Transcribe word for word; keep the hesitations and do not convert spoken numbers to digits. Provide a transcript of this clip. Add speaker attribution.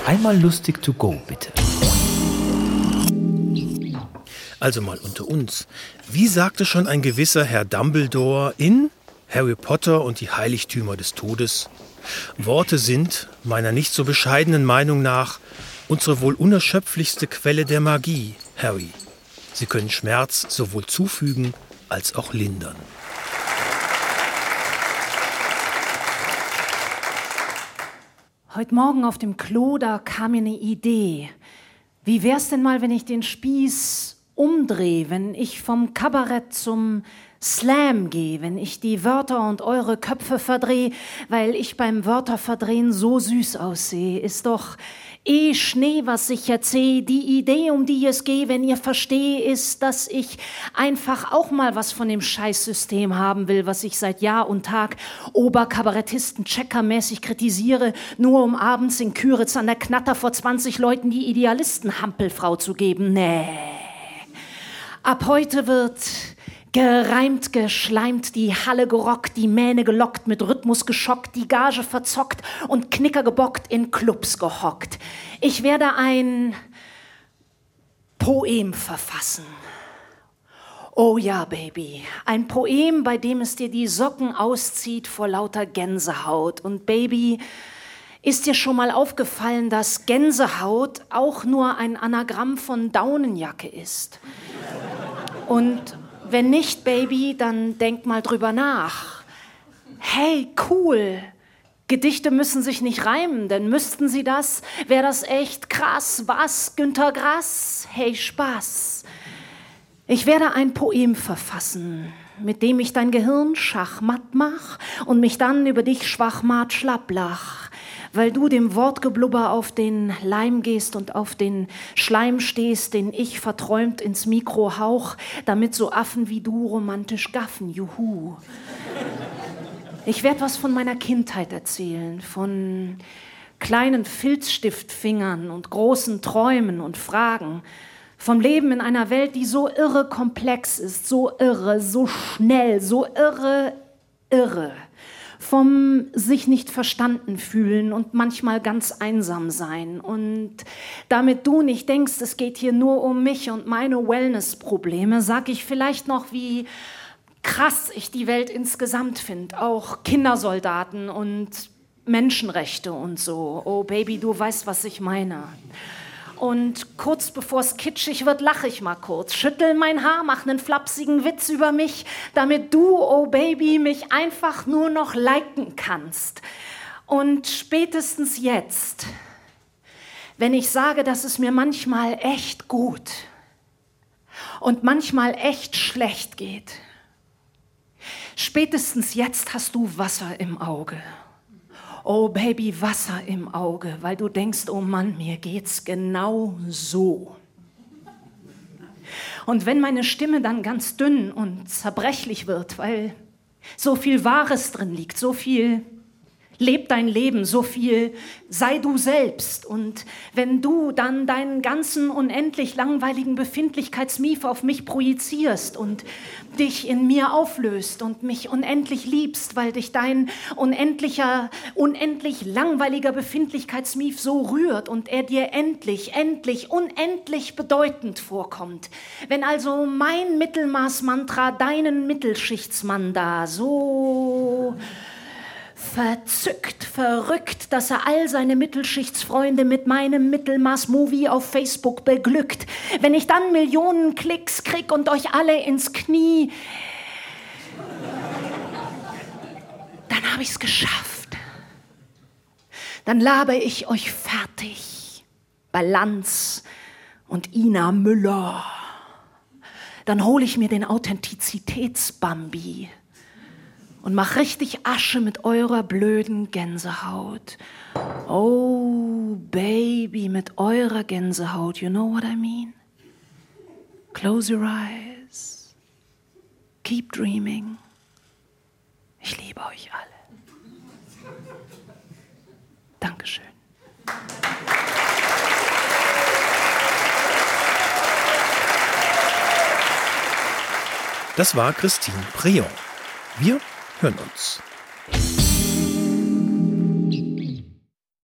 Speaker 1: Einmal lustig to go, bitte.
Speaker 2: Also mal unter uns. Wie sagte schon ein gewisser Herr Dumbledore in Harry Potter und die Heiligtümer des Todes? Worte sind, meiner nicht so bescheidenen Meinung nach, unsere wohl unerschöpflichste Quelle der Magie, Harry. Sie können Schmerz sowohl zufügen als auch lindern.
Speaker 3: Heute Morgen auf dem Klo, da kam mir eine Idee. Wie wär's denn mal, wenn ich den Spieß umdrehe, wenn ich vom Kabarett zum Slam gehe, wenn ich die Wörter und eure Köpfe verdrehe, weil ich beim Wörterverdrehen so süß aussehe, ist doch eh Schnee, was ich erzähle. Die Idee, um die es geht, wenn ihr verstehe, ist, dass ich einfach auch mal was von dem Scheißsystem haben will, was ich seit Jahr und Tag Oberkabarettisten checkermäßig kritisiere, nur um abends in Küritz an der Knatter vor zwanzig Leuten die Idealisten-Hampelfrau zu geben. Nee. Ab heute wird gereimt, geschleimt, die Halle gerockt, die Mähne gelockt, mit Rhythmus geschockt, die Gage verzockt und Knicker gebockt, in Clubs gehockt. Ich werde ein Poem verfassen. Oh ja, Baby, ein Poem, bei dem es dir die Socken auszieht vor lauter Gänsehaut. Und Baby, ist dir schon mal aufgefallen, dass Gänsehaut auch nur ein Anagramm von Daunenjacke ist? Und wenn nicht, Baby, dann denk mal drüber nach. Hey, cool. Gedichte müssen sich nicht reimen, denn müssten sie das, wäre das echt krass. Was, Günter Grass? Hey, Spaß. Ich werde ein Poem verfassen, mit dem ich dein Gehirn schachmatt mach und mich dann über dich schwachmat schlapplach, weil du dem Wortgeblubber auf den Leim gehst und auf den Schleim stehst, den ich verträumt ins Mikro hauch, damit so Affen wie du romantisch gaffen, juhu. Ich werde was von meiner Kindheit erzählen, von kleinen Filzstiftfingern und großen Träumen und Fragen, vom Leben in einer Welt, die so irre komplex ist, so irre, so schnell, so irre, irre. Vom sich nicht verstanden fühlen und manchmal ganz einsam sein. Und damit du nicht denkst, es geht hier nur um mich und meine Wellness-Probleme, sag ich vielleicht noch, wie krass ich die Welt insgesamt finde. Auch Kindersoldaten und Menschenrechte und so. Oh Baby, du weißt, was ich meine. Und kurz bevor es kitschig wird, lache ich mal kurz, schüttel mein Haar, mach einen flapsigen Witz über mich, damit du, oh Baby, mich einfach nur noch liken kannst. Und spätestens jetzt, wenn ich sage, dass es mir manchmal echt gut und manchmal echt schlecht geht, spätestens jetzt hast du Wasser im Auge. Oh Baby, Wasser im Auge, weil du denkst, oh Mann, mir geht's genau so. Und wenn meine Stimme dann ganz dünn und zerbrechlich wird, weil so viel Wahres drin liegt, so viel leb dein Leben, so viel sei du selbst. Und wenn du dann deinen ganzen unendlich langweiligen Befindlichkeitsmief auf mich projizierst und dich in mir auflöst und mich unendlich liebst, weil dich dein unendlicher, unendlich langweiliger Befindlichkeitsmief so rührt und er dir endlich, endlich, unendlich bedeutend vorkommt. Wenn also mein Mittelmaßmantra deinen Mittelschichtsmann da so verzückt, verrückt, dass er all seine Mittelschichtsfreunde mit meinem Mittelmaß-Movie auf Facebook beglückt. Wenn ich dann Millionen Klicks krieg und euch alle ins Knie, dann habe ich's geschafft. Dann labe ich euch fertig. Balance und Ina Müller. Dann hole ich mir den Authentizitätsbambi und mach richtig Asche mit eurer blöden Gänsehaut. Oh, Baby, mit eurer Gänsehaut, you know what I mean? Close your eyes. Keep dreaming. Ich liebe euch alle. Dankeschön.
Speaker 2: Das war Christine Préon. Wir hören uns.